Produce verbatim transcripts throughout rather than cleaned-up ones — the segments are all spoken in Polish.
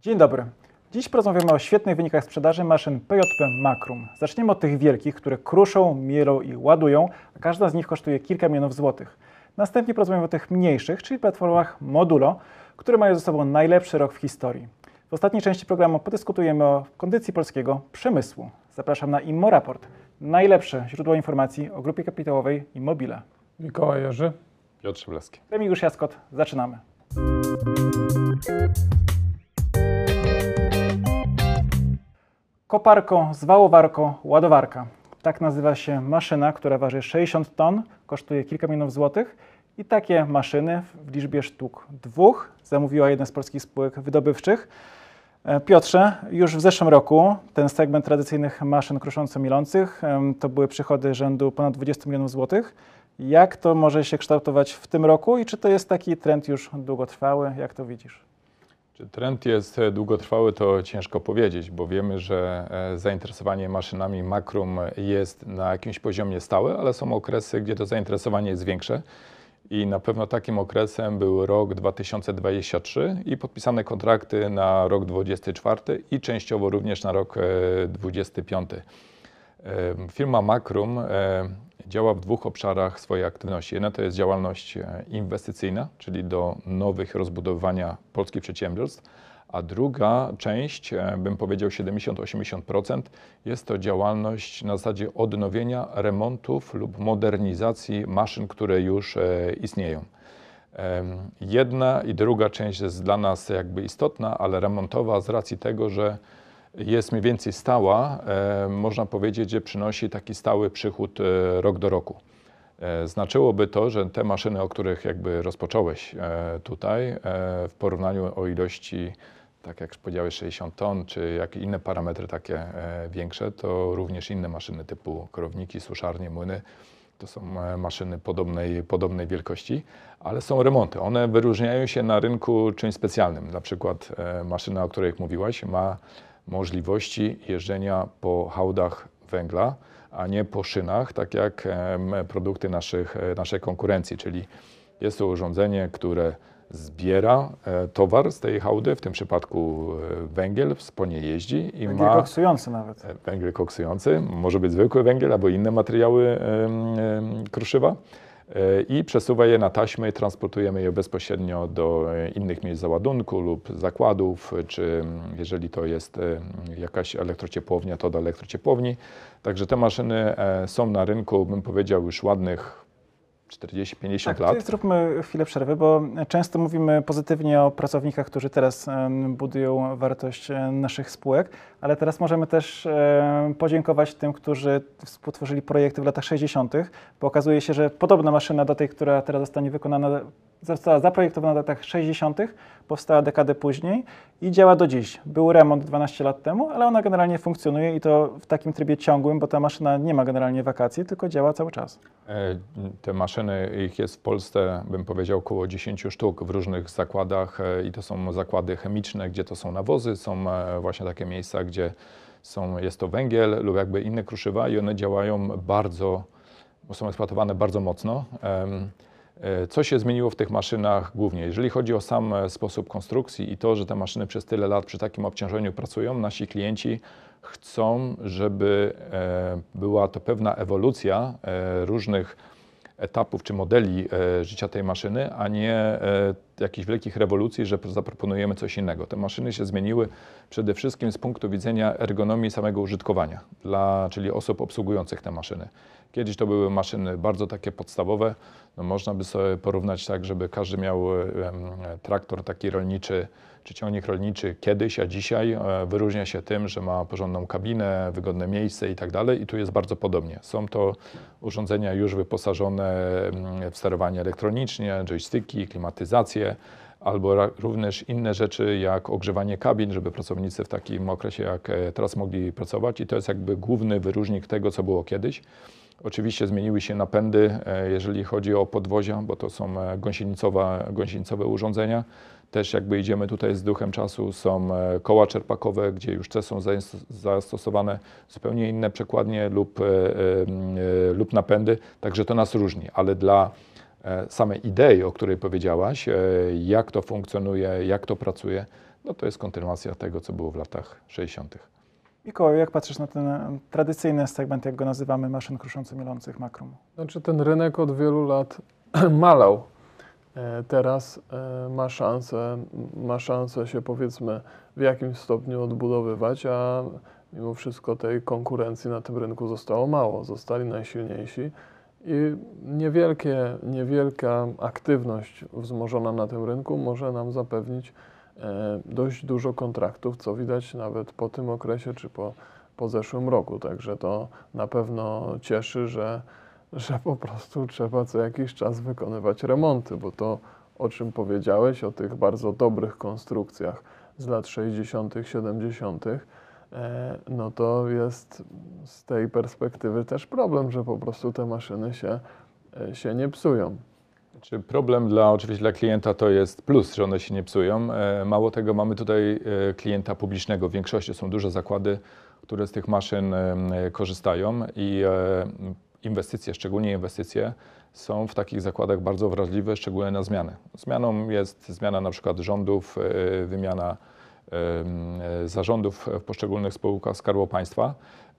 Dzień dobry. Dziś porozmawiamy o świetnych wynikach sprzedaży maszyn P J P Makrum. Zaczniemy od tych wielkich, które kruszą, mielą i ładują, a każda z nich kosztuje kilka milionów złotych. Następnie porozmawiamy o tych mniejszych, czyli platformach Modulo, które mają ze sobą najlepszy rok w historii. W ostatniej części programu podyskutujemy o kondycji polskiego przemysłu. Zapraszam na ImmoRaport, najlepsze źródło informacji o grupie kapitałowej Immobile. Mikołaj Jerzy. Piotr Szybleski. Remigiusz Jaskot, zaczynamy. Koparko, zwałowarko, ładowarka. Tak nazywa się maszyna, która waży sześćdziesiąt ton, kosztuje kilka milionów złotych i takie maszyny w liczbie sztuk dwóch zamówiła jedna z polskich spółek wydobywczych. Piotrze, już w zeszłym roku ten segment tradycyjnych maszyn krusząco-mielących to były przychody rzędu ponad dwudziestu milionów złotych. Jak to może się kształtować w tym roku i czy to jest taki trend już długotrwały? Jak to widzisz? Czy trend jest długotrwały, to ciężko powiedzieć, bo wiemy, że zainteresowanie maszynami Makrum jest na jakimś poziomie stałe, ale są okresy, gdzie to zainteresowanie jest większe. I na pewno takim okresem był rok dwa tysiące dwudziesty trzeci i podpisane kontrakty na rok dwudziesty czwarty i częściowo również na rok dwudziesty piąty. Firma Makrum działa w dwóch obszarach swojej aktywności. Jedna to jest działalność inwestycyjna, czyli do nowych rozbudowywania polskich przedsiębiorstw, a druga część, bym powiedział siedemdziesiąt do osiemdziesięciu procent, jest to działalność na zasadzie odnowienia, remontów lub modernizacji maszyn, które już istnieją. Jedna i druga część jest dla nas jakby istotna, ale remontowa z racji tego, że jest mniej więcej stała, e, można powiedzieć, że przynosi taki stały przychód e, rok do roku. E, znaczyłoby to, że te maszyny, o których jakby rozpocząłeś e, tutaj, e, w porównaniu o ilości, tak jak powiedziałeś, sześćdziesiąt ton, czy jak inne parametry takie e, większe, to również inne maszyny typu krowniki, suszarnie, młyny, to są e, maszyny podobnej, podobnej wielkości, ale są remonty. One wyróżniają się na rynku czymś specjalnym. Na przykład e, maszyna, o której mówiłaś, ma możliwości jeżdżenia po hałdach węgla, a nie po szynach, tak jak produkty naszych, naszej konkurencji, czyli jest to urządzenie, które zbiera towar z tej hałdy, w tym przypadku węgiel, po niej jeździ i węgiel ma... koksujący nawet. Węgiel koksujący, może być zwykły węgiel albo inne materiały kruszywa. I przesuwa je na taśmę i transportujemy je bezpośrednio do innych miejsc załadunku lub zakładów, czy jeżeli to jest jakaś elektrociepłownia, to do elektrociepłowni. Także te maszyny są na rynku, bym powiedział, już ładnych czterdzieści do pięćdziesięciu tak, lat. Tak, zróbmy chwilę przerwy, bo często mówimy pozytywnie o pracownikach, którzy teraz budują wartość naszych spółek, ale teraz możemy też podziękować tym, którzy współtworzyli projekty w latach sześćdziesiątych, bo okazuje się, że podobna maszyna do tej, która teraz zostanie wykonana, została zaprojektowana w latach sześćdziesiątych, powstała dekadę później i działa do dziś. Był remont dwanaście lat temu, ale ona generalnie funkcjonuje i to w takim trybie ciągłym, bo ta maszyna nie ma generalnie wakacji, tylko działa cały czas. Te maszyny, ich jest w Polsce, bym powiedział, około dziesięciu sztuk w różnych zakładach i to są zakłady chemiczne, gdzie to są nawozy, są właśnie takie miejsca, gdzie są, jest to węgiel lub jakby inne kruszywa i one działają bardzo, są eksploatowane bardzo mocno. Co się zmieniło w tych maszynach głównie? Jeżeli chodzi o sam sposób konstrukcji i to, że te maszyny przez tyle lat przy takim obciążeniu pracują, nasi klienci chcą, żeby była to pewna ewolucja różnych etapów czy modeli życia tej maszyny, a nie jakichś wielkich rewolucji, że zaproponujemy coś innego. Te maszyny się zmieniły przede wszystkim z punktu widzenia ergonomii samego użytkowania, dla, czyli osób obsługujących te maszyny. Kiedyś to były maszyny bardzo takie podstawowe, no można by sobie porównać tak, żeby każdy miał traktor taki rolniczy, czy ciągnik rolniczy kiedyś, a dzisiaj wyróżnia się tym, że ma porządną kabinę, wygodne miejsce i tak dalej i tu jest bardzo podobnie. Są to urządzenia już wyposażone w sterowanie elektronicznie, joysticki, klimatyzację, albo również inne rzeczy jak ogrzewanie kabin, żeby pracownicy w takim okresie jak teraz mogli pracować i to jest jakby główny wyróżnik tego, co było kiedyś. Oczywiście zmieniły się napędy, jeżeli chodzi o podwozia, bo to są gąsienicowe, gąsienicowe urządzenia. Też jakby idziemy tutaj z duchem czasu, są koła czerpakowe, gdzie już te są zastosowane zupełnie inne przekładnie lub, lub napędy, także to nas różni, ale dla samej idei, o której powiedziałaś, jak to funkcjonuje, jak to pracuje, no to jest kontynuacja tego, co było w latach sześćdziesiątych. Mikołaj, jak patrzysz na ten tradycyjny segment, jak go nazywamy, maszyn krusząco-mielących Makrum? Znaczy ten rynek od wielu lat malał. E, Teraz e, ma szansę, ma szansę się powiedzmy w jakimś stopniu odbudowywać, a mimo wszystko tej konkurencji na tym rynku zostało mało. Zostali najsilniejsi i niewielkie, niewielka aktywność wzmożona na tym rynku może nam zapewnić e, dość dużo kontraktów, co widać nawet po tym okresie czy po, po zeszłym roku. Także to na pewno cieszy, że że po prostu trzeba co jakiś czas wykonywać remonty, bo to, o czym powiedziałeś, o tych bardzo dobrych konstrukcjach z lat sześćdziesiątych, siedemdziesiątych, e, no to jest z tej perspektywy też problem, że po prostu te maszyny się, e, się nie psują. Czy problem dla, oczywiście dla klienta to jest plus, że one się nie psują. E, Mało tego, mamy tutaj e, klienta publicznego. W większości są duże zakłady, które z tych maszyn e, korzystają i e, inwestycje, szczególnie inwestycje, są w takich zakładach bardzo wrażliwe, szczególnie na zmiany. Zmianą jest zmiana na przykład rządów, e, wymiana e, zarządów w poszczególnych spółkach Skarbu Państwa,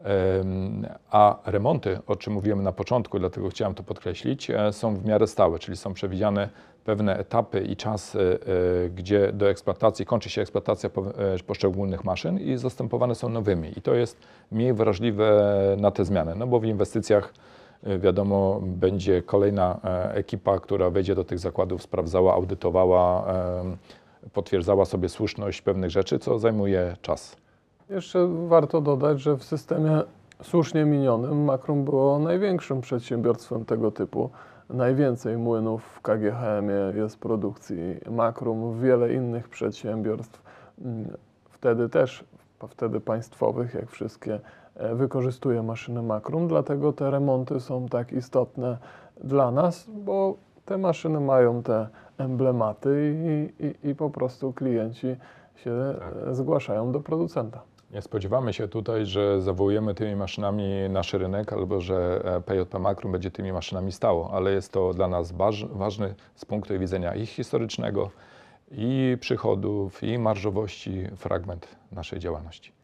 a remonty, o czym mówiłem na początku, dlatego chciałem to podkreślić, są w miarę stałe, czyli są przewidziane pewne etapy i czas, gdzie do eksploatacji, kończy się eksploatacja poszczególnych maszyn i zastępowane są nowymi. I to jest mniej wrażliwe na te zmiany, no bo w inwestycjach wiadomo, będzie kolejna ekipa, która wejdzie do tych zakładów, sprawdzała, audytowała, potwierdzała sobie słuszność pewnych rzeczy, co zajmuje czas. Jeszcze warto dodać, że w systemie słusznie minionym Makrum było największym przedsiębiorstwem tego typu. Najwięcej młynów w K G H M-ie jest produkcji Makrum, wiele innych przedsiębiorstw, wtedy też, wtedy państwowych, jak wszystkie, wykorzystuje maszyny Makrum, dlatego te remonty są tak istotne dla nas, bo te maszyny mają te emblematy i, i, i po prostu klienci się tak zgłaszają do producenta. Nie spodziewamy się tutaj, że zawołujemy tymi maszynami nasz rynek albo że P J P Makrum będzie tymi maszynami stało, ale jest to dla nas ważny z punktu widzenia ich historycznego, i przychodów, i marżowości fragment naszej działalności.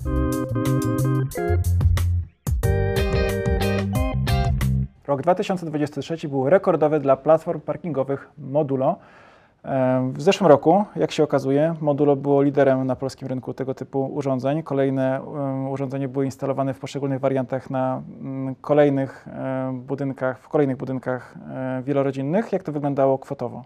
Rok dwa tysiące dwudziesty trzeci był rekordowy dla platform parkingowych Modulo. W zeszłym roku, jak się okazuje, Modulo było liderem na polskim rynku tego typu urządzeń. Kolejne urządzenia były instalowane w poszczególnych wariantach na kolejnych budynkach, w kolejnych budynkach wielorodzinnych. Jak to wyglądało kwotowo?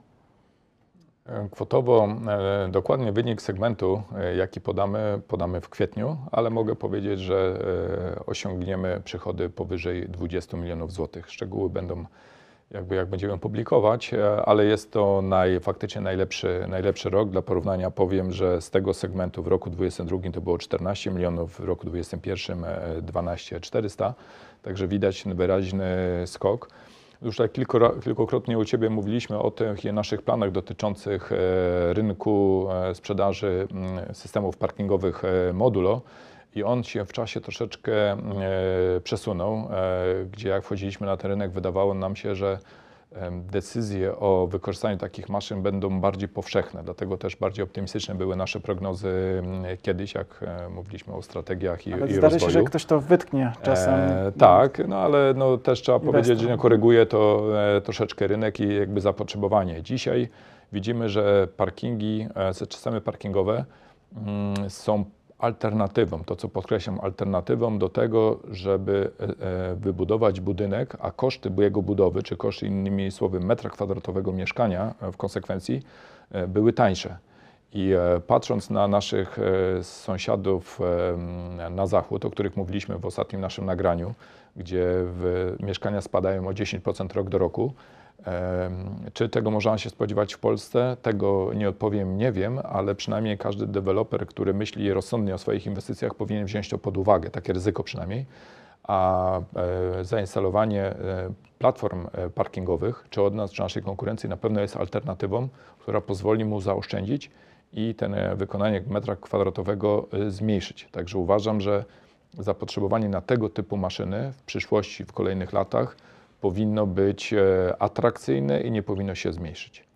Kwotowo e, dokładnie wynik segmentu, e, jaki podamy, podamy w kwietniu, ale mogę powiedzieć, że e, osiągniemy przychody powyżej dwudziestu milionów złotych. Szczegóły będą jakby jak będziemy publikować, e, ale jest to naj, faktycznie najlepszy, najlepszy rok. Dla porównania powiem, że z tego segmentu w roku dwudziestym drugim to było czternaście milionów, w roku dwudziestym pierwszym dwanaście tysięcy czterysta, także widać wyraźny skok. Już tak kilkukrotnie u Ciebie mówiliśmy o tych naszych planach dotyczących rynku sprzedaży systemów parkingowych Modulo i on się w czasie troszeczkę przesunął, gdzie jak wchodziliśmy na ten rynek, wydawało nam się, że decyzje o wykorzystaniu takich maszyn będą bardziej powszechne, dlatego też bardziej optymistyczne były nasze prognozy kiedyś, jak mówiliśmy o strategiach i, ale i zdarzy rozwoju. się, że ktoś to wytknie czasem. E, tak, no ale no, też trzeba Inwestor. powiedzieć, że koryguje to e, troszeczkę rynek i jakby zapotrzebowanie. Dzisiaj widzimy, że parkingi, e, systemy parkingowe mm, są alternatywą, to co podkreślam, alternatywą do tego, żeby e, wybudować budynek, a koszty jego budowy, czy koszty innymi słowy metra kwadratowego mieszkania w konsekwencji e, były tańsze. I e, patrząc na naszych e, sąsiadów e, na zachód, o których mówiliśmy w ostatnim naszym nagraniu, gdzie w, mieszkania spadają o dziesięć procent rok do roku, e, czy tego można się spodziewać w Polsce? Tego nie odpowiem, nie wiem, ale przynajmniej każdy deweloper, który myśli rozsądnie o swoich inwestycjach, powinien wziąć to pod uwagę, takie ryzyko przynajmniej. A e, zainstalowanie e, platform e, parkingowych, czy od nas, czy naszej konkurencji, na pewno jest alternatywą, która pozwoli mu zaoszczędzić i ten wykonanie metra kwadratowego zmniejszyć. Także uważam, że zapotrzebowanie na tego typu maszyny w przyszłości, w kolejnych latach powinno być atrakcyjne i nie powinno się zmniejszyć.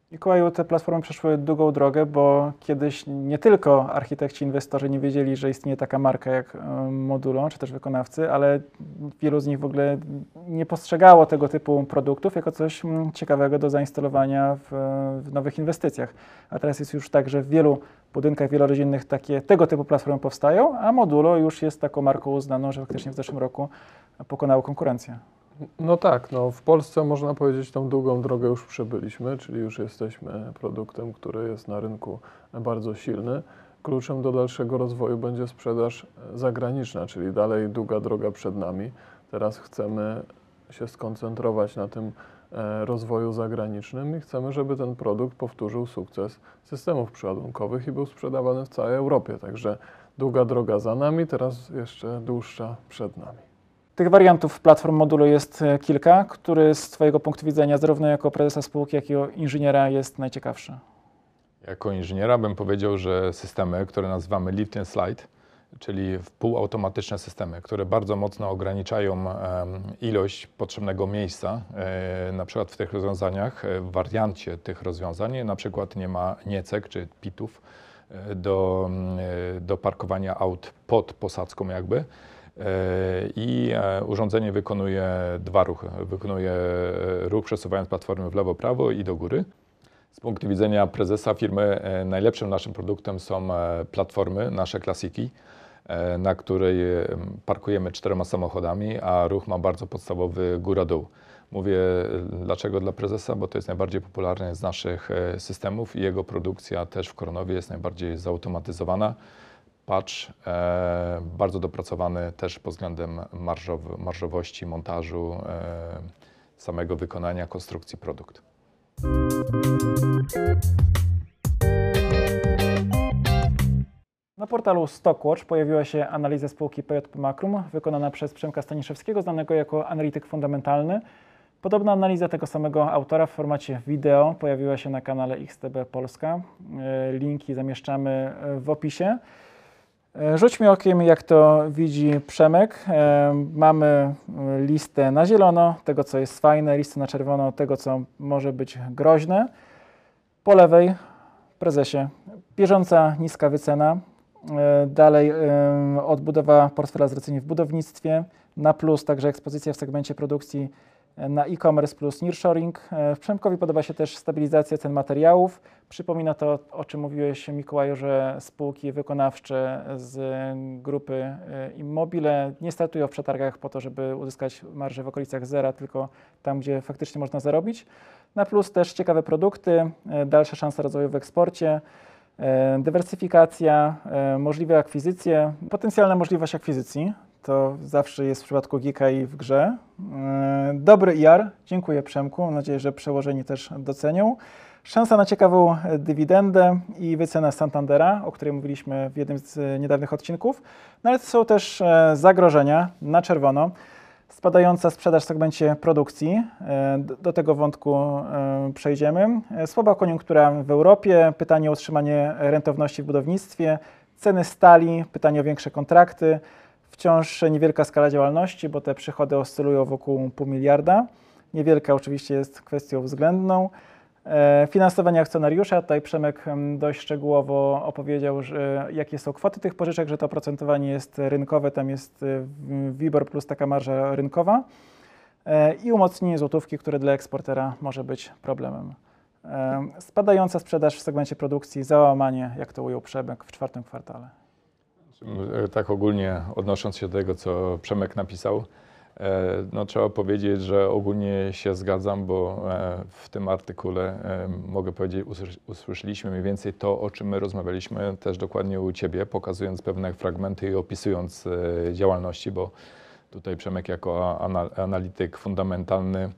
Mikołaju, te platformy przeszły długą drogę, bo kiedyś nie tylko architekci, inwestorzy nie wiedzieli, że istnieje taka marka jak Modulo, czy też wykonawcy, ale wielu z nich w ogóle nie postrzegało tego typu produktów jako coś ciekawego do zainstalowania w, w nowych inwestycjach. A teraz jest już tak, że w wielu budynkach wielorodzinnych takie, tego typu platformy powstają, a Modulo już jest taką marką uznaną, że faktycznie w zeszłym roku pokonało konkurencję. No tak, no w Polsce można powiedzieć tą długą drogę już przebyliśmy, czyli już jesteśmy produktem, który jest na rynku bardzo silny. Kluczem do dalszego rozwoju będzie sprzedaż zagraniczna, czyli dalej długa droga przed nami. Teraz chcemy się skoncentrować na tym rozwoju zagranicznym i chcemy, żeby ten produkt powtórzył sukces systemów przeładunkowych i był sprzedawany w całej Europie. Także długa droga za nami, teraz jeszcze dłuższa przed nami. Tych wariantów platform Modulo jest kilka. Który z Twojego punktu widzenia, zarówno jako prezesa spółki, jak i inżyniera, jest najciekawszy? Jako inżyniera bym powiedział, że systemy, które nazywamy lift and slide, czyli półautomatyczne systemy, które bardzo mocno ograniczają um, ilość potrzebnego miejsca, e, na przykład w tych rozwiązaniach, w wariancie tych rozwiązań, na przykład nie ma niecek czy pitów e, do, e, do parkowania aut pod posadzką jakby. I urządzenie wykonuje dwa ruchy. Wykonuje ruch przesuwając platformy w lewo, prawo i do góry. Z punktu widzenia prezesa firmy najlepszym naszym produktem są platformy, nasze klasiki, na której parkujemy czterema samochodami, a ruch ma bardzo podstawowy góra-dół. Mówię dlaczego dla prezesa, bo to jest najbardziej popularny z naszych systemów i jego produkcja też w Koronowie jest najbardziej zautomatyzowana. Patch, e, bardzo dopracowany też pod względem marżow, marżowości, montażu, e, samego wykonania, konstrukcji produkt. Na portalu Stockwatch pojawiła się analiza spółki P J P Makrum, wykonana przez Przemka Staniszewskiego, znanego jako analityk fundamentalny. Podobna analiza tego samego autora w formacie wideo pojawiła się na kanale X T B Polska. E, linki zamieszczamy w opisie. Rzućmy okiem, jak to widzi Przemek. Mamy listę na zielono, tego co jest fajne, listę na czerwono, tego co może być groźne. Po lewej, prezesie, bieżąca niska wycena. Dalej odbudowa portfela zleceń w budownictwie. Na plus także ekspozycja w segmencie produkcji na e-commerce plus nearshoring. W Przemkowi podoba się też stabilizacja cen materiałów. Przypomina to, o czym mówiłeś, Mikołaju, że spółki wykonawcze z grupy Immobile nie startują w przetargach po to, żeby uzyskać marżę w okolicach zera, tylko tam, gdzie faktycznie można zarobić. Na plus też ciekawe produkty, dalsze szanse rozwoju w eksporcie, dywersyfikacja, możliwe akwizycje, potencjalna możliwość akwizycji. To zawsze jest w przypadku Geeka i w grze. Dobry I R, dziękuję Przemku, mam nadzieję, że przełożeni też docenią. Szansa na ciekawą dywidendę i wycena Santandera, o której mówiliśmy w jednym z niedawnych odcinków. No ale to są też zagrożenia na czerwono. Spadająca sprzedaż w segmencie produkcji, do tego wątku przejdziemy. Słaba koniunktura w Europie, pytanie o utrzymanie rentowności w budownictwie, ceny stali, pytanie o większe kontrakty. Wciąż niewielka skala działalności, bo te przychody oscylują wokół pół miliarda. Niewielka oczywiście jest kwestią względną. E, finansowanie akcjonariusza. Tutaj Przemek dość szczegółowo opowiedział, że jakie są kwoty tych pożyczek, że to oprocentowanie jest rynkowe, tam jest WIBOR plus taka marża rynkowa. E, I umocnienie złotówki, które dla eksportera może być problemem. E, spadająca sprzedaż w segmencie produkcji, załamanie, jak to ujął Przemek w czwartym kwartale. Tak ogólnie odnosząc się do tego, co Przemek napisał, no trzeba powiedzieć, że ogólnie się zgadzam, bo w tym artykule mogę powiedzieć, usłyszeliśmy mniej więcej to, o czym my rozmawialiśmy też dokładnie u Ciebie, pokazując pewne fragmenty i opisując działalności, bo tutaj Przemek jako analityk fundamentalny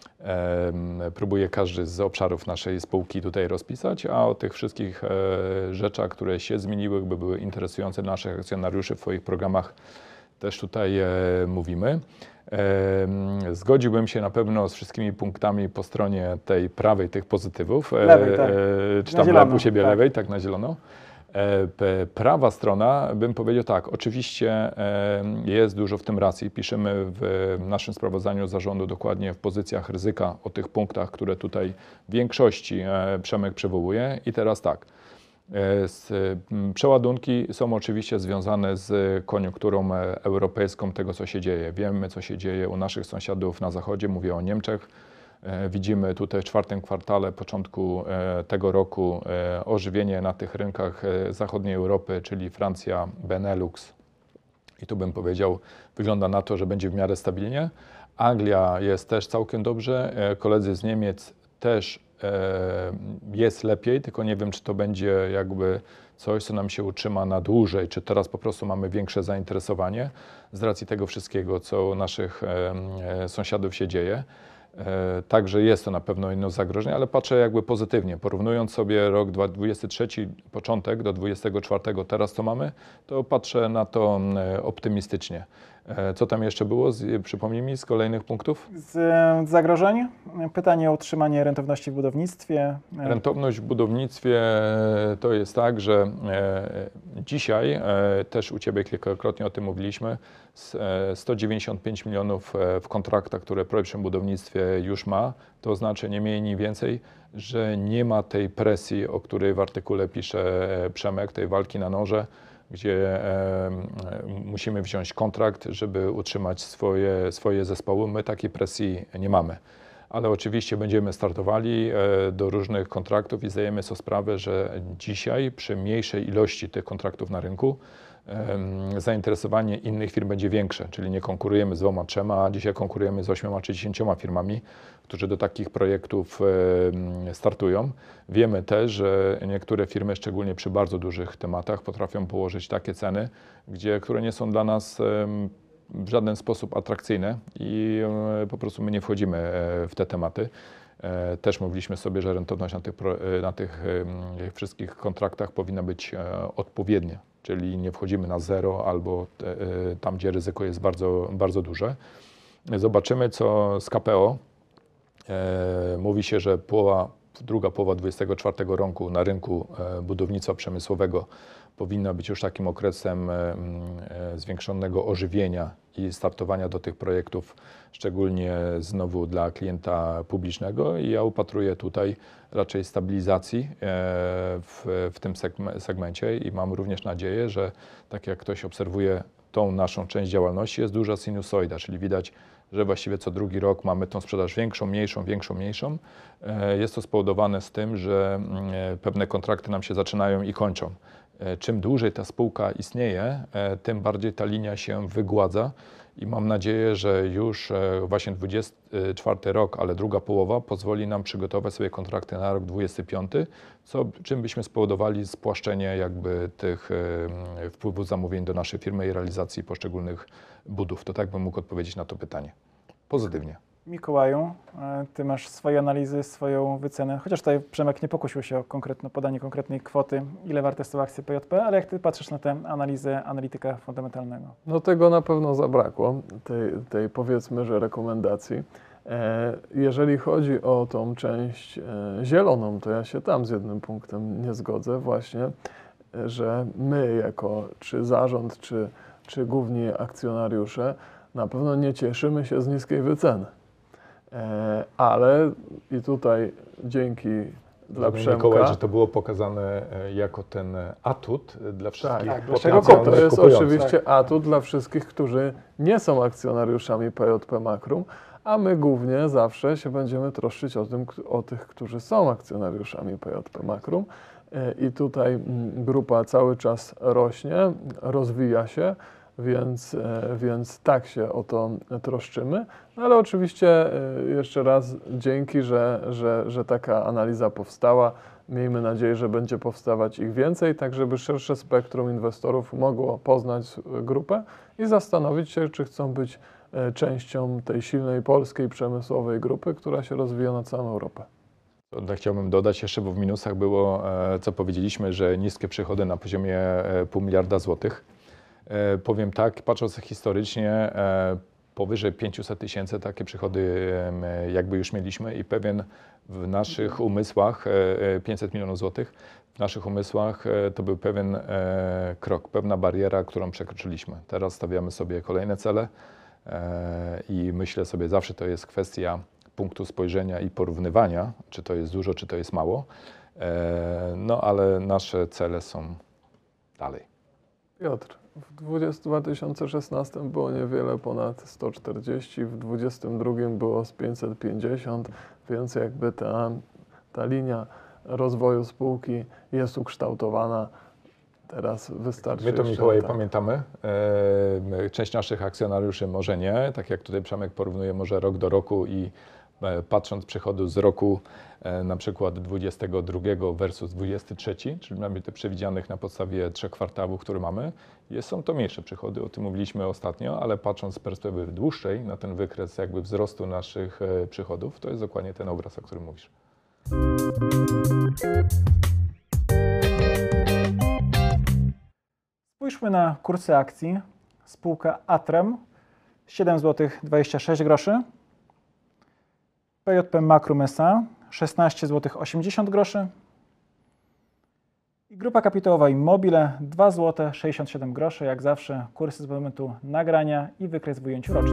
próbuje każdy z obszarów naszej spółki tutaj rozpisać, a o tych wszystkich rzeczach, które się zmieniły, by były interesujące dla naszych akcjonariuszy w swoich programach, też tutaj mówimy. Zgodziłbym się na pewno z wszystkimi punktami po stronie tej prawej, tych pozytywów. Lewej, tak. Czy tam u siebie tak. Lewej, tak na zielono. Prawa strona, bym powiedział tak, oczywiście jest dużo w tym racji. Piszemy w naszym sprawozdaniu zarządu dokładnie w pozycjach ryzyka o tych punktach, które tutaj w większości Przemek przywołuje. I teraz tak, przeładunki są oczywiście związane z koniunkturą europejską tego, co się dzieje. Wiemy, co się dzieje u naszych sąsiadów na zachodzie, mówię o Niemczech. Widzimy tutaj w czwartym kwartale początku tego roku ożywienie na tych rynkach zachodniej Europy, czyli Francja, Benelux. I tu bym powiedział, wygląda na to, że będzie w miarę stabilnie. Anglia jest też całkiem dobrze. Koledzy z Niemiec też jest lepiej, tylko nie wiem, czy to będzie jakby coś, co nam się utrzyma na dłużej, czy teraz po prostu mamy większe zainteresowanie z racji tego wszystkiego, co u naszych sąsiadów się dzieje. Także jest to na pewno inne zagrożenie, ale patrzę jakby pozytywnie. Porównując sobie rok dwa tysiące dwudziesty trzeci, początek do dwudziestego czwartego, teraz co mamy, to patrzę na to optymistycznie. Co tam jeszcze było? Z, przypomnij mi z kolejnych punktów. Z zagrożeń pytanie o utrzymanie rentowności w budownictwie. Rentowność w budownictwie to jest tak, że dzisiaj, też u Ciebie kilkakrotnie o tym mówiliśmy, sto dziewięćdziesiąt pięć milionów w kontraktach, które projekt przy budownictwie już ma, to znaczy nie mniej, nie więcej, że nie ma tej presji, o której w artykule pisze Przemek, tej walki na noże, gdzie e, musimy wziąć kontrakt, żeby utrzymać swoje, swoje zespoły. My takiej presji nie mamy. Ale oczywiście będziemy startowali e, do różnych kontraktów i zdajemy sobie sprawę, że dzisiaj przy mniejszej ilości tych kontraktów na rynku e, zainteresowanie innych firm będzie większe, czyli nie konkurujemy z dwoma, trzema, a dzisiaj konkurujemy z ośmioma czy dziesięcioma firmami, którzy do takich projektów e, startują. Wiemy też, że niektóre firmy, szczególnie przy bardzo dużych tematach, potrafią położyć takie ceny, gdzie, które nie są dla nas e, w żaden sposób atrakcyjne i po prostu my nie wchodzimy w te tematy. Też mówiliśmy sobie, że rentowność na tych, na tych wszystkich kontraktach powinna być odpowiednia, czyli nie wchodzimy na zero albo tam, gdzie ryzyko jest bardzo, bardzo duże. Zobaczymy, co z K P O. Mówi się, że połowa, druga połowa dwudziestego czwartego roku na rynku budownictwa przemysłowego powinna być już takim okresem zwiększonego ożywienia i startowania do tych projektów, szczególnie znowu dla klienta publicznego. I ja upatruję tutaj raczej stabilizacji w, w tym segmencie i mam również nadzieję, że tak jak ktoś obserwuje tą naszą część działalności, jest duża sinusoida, czyli widać, że właściwie co drugi rok mamy tą sprzedaż większą, mniejszą, większą, mniejszą. Jest to spowodowane z tym, że pewne kontrakty nam się zaczynają i kończą. Czym dłużej ta spółka istnieje, tym bardziej ta linia się wygładza i mam nadzieję, że już właśnie dwudziesty czwarty rok, ale druga połowa pozwoli nam przygotować sobie kontrakty na rok dwudziesty piąty, co, czym byśmy spowodowali spłaszczenie jakby tych wpływów zamówień do naszej firmy i realizacji poszczególnych budów. To tak bym mógł odpowiedzieć na to pytanie. Pozytywnie. Mikołaju, Ty masz swoje analizy, swoją wycenę, chociaż tutaj Przemek nie pokusił się o konkretne podanie konkretnej kwoty, ile warte są akcje P J P, ale jak Ty patrzysz na tę analizę analityka fundamentalnego? No tego na pewno zabrakło, tej, tej powiedzmy, że rekomendacji. Jeżeli chodzi o tą część zieloną, to ja się tam z jednym punktem nie zgodzę właśnie, że my jako czy zarząd, czy, czy główni akcjonariusze na pewno nie cieszymy się z niskiej wyceny. Ale i tutaj dzięki dla Przemka. Mikołaj, że to było pokazane jako ten atut dla wszystkich. Tak, potencjalnych to jest kupujących. oczywiście atut dla wszystkich, którzy nie są akcjonariuszami P J P Makrum, a my głównie zawsze się będziemy troszczyć o, tym, o tych, którzy są akcjonariuszami P J P Makrum. I tutaj grupa cały czas rośnie, rozwija się. Więc, więc tak się o to troszczymy. No ale oczywiście jeszcze raz dzięki, że, że, że taka analiza powstała. Miejmy nadzieję, że będzie powstawać ich więcej, tak żeby szersze spektrum inwestorów mogło poznać grupę i zastanowić się, czy chcą być częścią tej silnej polskiej przemysłowej grupy, która się rozwija na całą Europę. Chciałbym dodać jeszcze, bo w minusach było, co powiedzieliśmy, że niskie przychody na poziomie pół miliarda złotych. Powiem tak, patrząc historycznie, powyżej pięciuset tysięcy takie przychody jakby już mieliśmy i pewien w naszych umysłach, pięćset milionów złotych, w naszych umysłach to był pewien krok, pewna bariera, którą przekroczyliśmy. Teraz stawiamy sobie kolejne cele i myślę sobie, zawsze to jest kwestia punktu spojrzenia i porównywania, czy to jest dużo, czy to jest mało, no ale nasze cele są dalej. Piotr, w dwa tysiące szesnastym było niewiele ponad sto czterdzieści, w dwudziestym drugim było z pięćset pięćdziesiąt, więc jakby ta, ta linia rozwoju spółki jest ukształtowana. Teraz wystarczy. My to, jeszcze, Mikołaj, tak. pamiętamy. E, część naszych akcjonariuszy może nie, tak jak tutaj Przemek porównuje może rok do roku i e, patrząc przychodu z roku e, na przykład dwudziestego drugiego versus dwudziesty trzeci, czyli mamy te przewidzianych na podstawie trzech kwartałów, które mamy, jest, są to mniejsze przychody, o tym mówiliśmy ostatnio, ale patrząc z perspektywy dłuższej na ten wykres jakby wzrostu naszych e, przychodów, to jest dokładnie ten obraz, o którym mówisz. Spójrzmy na kursy akcji. Spółka Atrem siedem złotych dwadzieścia sześć groszy, P J P Makrum S A szesnaście złotych osiemdziesiąt groszy i grupa kapitałowa Immobile dwa złote sześćdziesiąt siedem groszy. Jak zawsze kursy z momentu nagrania i wykres w ujęciu rocznym.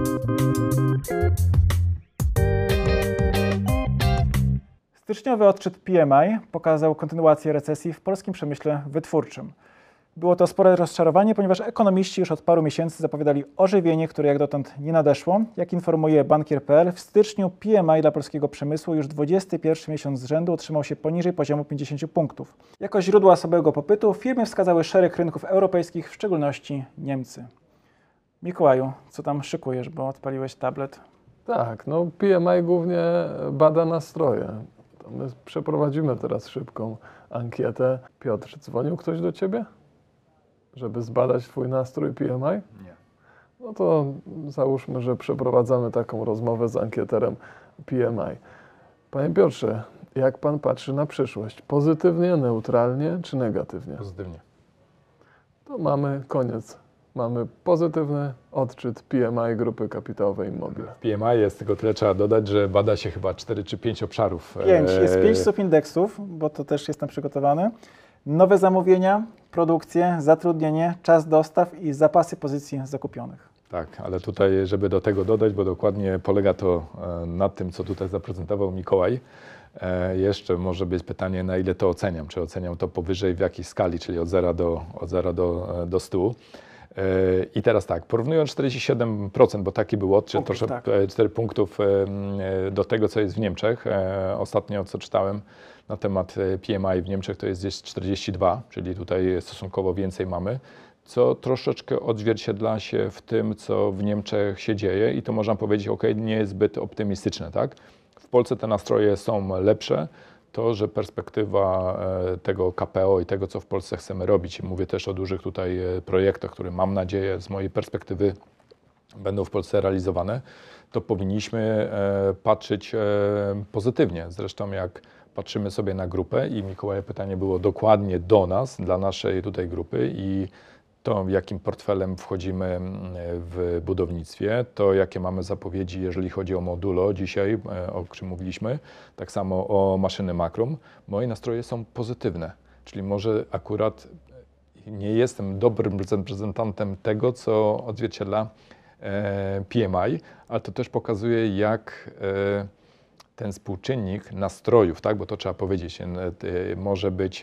Styczniowy odczyt P M I pokazał kontynuację recesji w polskim przemyśle wytwórczym. Było to spore rozczarowanie, ponieważ ekonomiści już od paru miesięcy zapowiadali ożywienie, które jak dotąd nie nadeszło. Jak informuje bankier kropka p l, w styczniu P M I dla polskiego przemysłu już dwudziesty pierwszy miesiąc z rzędu utrzymał się poniżej poziomu pięćdziesięciu punktów. Jako źródła słabego popytu firmy wskazały szereg rynków europejskich, w szczególności Niemcy. Mikołaju, co tam szykujesz, bo odpaliłeś tablet? Tak, no P M I głównie bada nastroje. To my przeprowadzimy teraz szybką ankietę. Piotr, dzwonił ktoś do ciebie, żeby zbadać twój nastrój P M I? Nie. No to załóżmy, że przeprowadzamy taką rozmowę z ankieterem P M I. Panie Piotrze, jak pan patrzy na przyszłość? Pozytywnie, neutralnie czy negatywnie? Pozytywnie. To mamy koniec. Mamy pozytywny odczyt P M I Grupy Kapitałowej Immobile. W P M I jest, tylko tyle trzeba dodać, że bada się chyba cztery czy pięć obszarów. Pięć. Jest E, pięć subindeksów, bo to też jestem przygotowany. Nowe zamówienia, produkcję, zatrudnienie, czas dostaw i zapasy pozycji zakupionych. Tak, ale tutaj, żeby do tego dodać, bo dokładnie polega to e, na tym, co tutaj zaprezentował Mikołaj. E, jeszcze może być pytanie, na ile to oceniam. Czy oceniam to powyżej, w jakiej skali, czyli od zera do, od zera do, do stu. E, I teraz tak, porównując czterdzieści siedem procent, bo taki był odczyt, Punktów, proszę, tak. e, cztery punktów e, do tego, co jest w Niemczech. E, ostatnio, co czytałem na temat P M I w Niemczech, to jest gdzieś czterdzieści dwa, czyli tutaj stosunkowo więcej mamy, co troszeczkę odzwierciedla się w tym, co w Niemczech się dzieje i to można powiedzieć, ok, nie jest zbyt optymistyczne, tak? W Polsce te nastroje są lepsze, to, że perspektywa tego K P O i tego, co w Polsce chcemy robić, i mówię też o dużych tutaj projektach, które mam nadzieję z mojej perspektywy będą w Polsce realizowane, to powinniśmy patrzeć pozytywnie. Zresztą jak patrzymy sobie na grupę i Mikołaja pytanie było dokładnie do nas, dla naszej tutaj grupy i to, jakim portfelem wchodzimy w budownictwie, to jakie mamy zapowiedzi, jeżeli chodzi o modulo dzisiaj, o czym mówiliśmy, tak samo o maszyny Makrum, moje nastroje są pozytywne. Czyli może akurat nie jestem dobrym reprezentantem tego, co odzwierciedla P M I, ale to też pokazuje, jak ten współczynnik nastrojów, tak, bo to trzeba powiedzieć, może być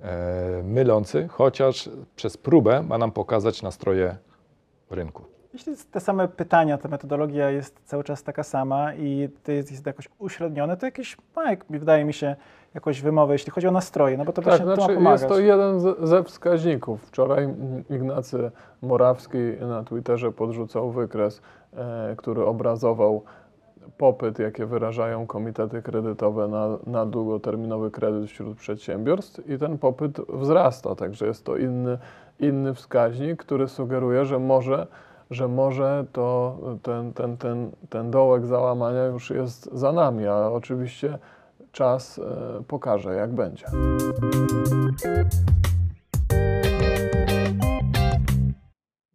mylący, chociaż przez próbę ma nam pokazać nastroje rynku. Jeśli te same pytania, ta metodologia jest cały czas taka sama i to jest, jest jakoś uśrednione, to jakieś, no, jak, wydaje mi się, jakąś wymowę, jeśli chodzi o nastroje, no bo to tak, właśnie znaczy to ma pomagać. jest to jeden z, ze wskaźników. Wczoraj Ignacy Morawski na Twitterze podrzucał wykres, e, który obrazował popyt, jakie wyrażają komitety kredytowe na, na długoterminowy kredyt wśród przedsiębiorstw i ten popyt wzrasta, także jest to inny, inny wskaźnik, który sugeruje, że może, że może to ten, ten, ten, ten dołek załamania już jest za nami, ale oczywiście czas e, pokaże, jak będzie.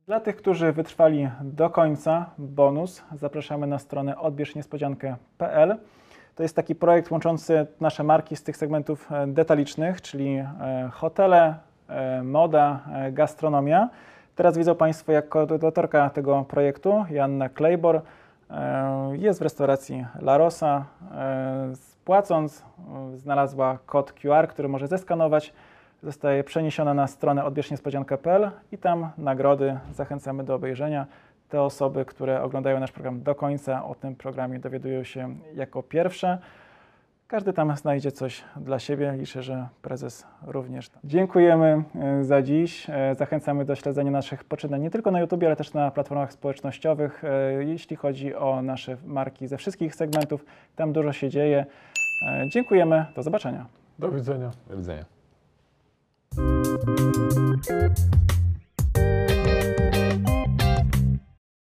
Dla tych, którzy wytrwali do końca, bonus. Zapraszamy na stronę odbierz niespodziankę kropka p l. To jest taki projekt łączący nasze marki z tych segmentów detalicznych, czyli hotele, moda, gastronomia. Teraz widzą Państwo, jak koordynatorka tego projektu, Joanna Klejbor, jest w restauracji La Rosa. Płacąc, znalazła kod Q R, który może zeskanować. Zostaje przeniesiona na stronę odbierz niespodziankę kropka p l i tam nagrody. Zachęcamy do obejrzenia. Te osoby, które oglądają nasz program do końca, o tym programie dowiadują się jako pierwsze. Każdy tam znajdzie coś dla siebie. Liczę, że prezes również. Dziękujemy za dziś. Zachęcamy do śledzenia naszych poczynań nie tylko na YouTube, ale też na platformach społecznościowych. Jeśli chodzi o nasze marki ze wszystkich segmentów, tam dużo się dzieje. Dziękujemy. Do zobaczenia. Do widzenia. Do widzenia.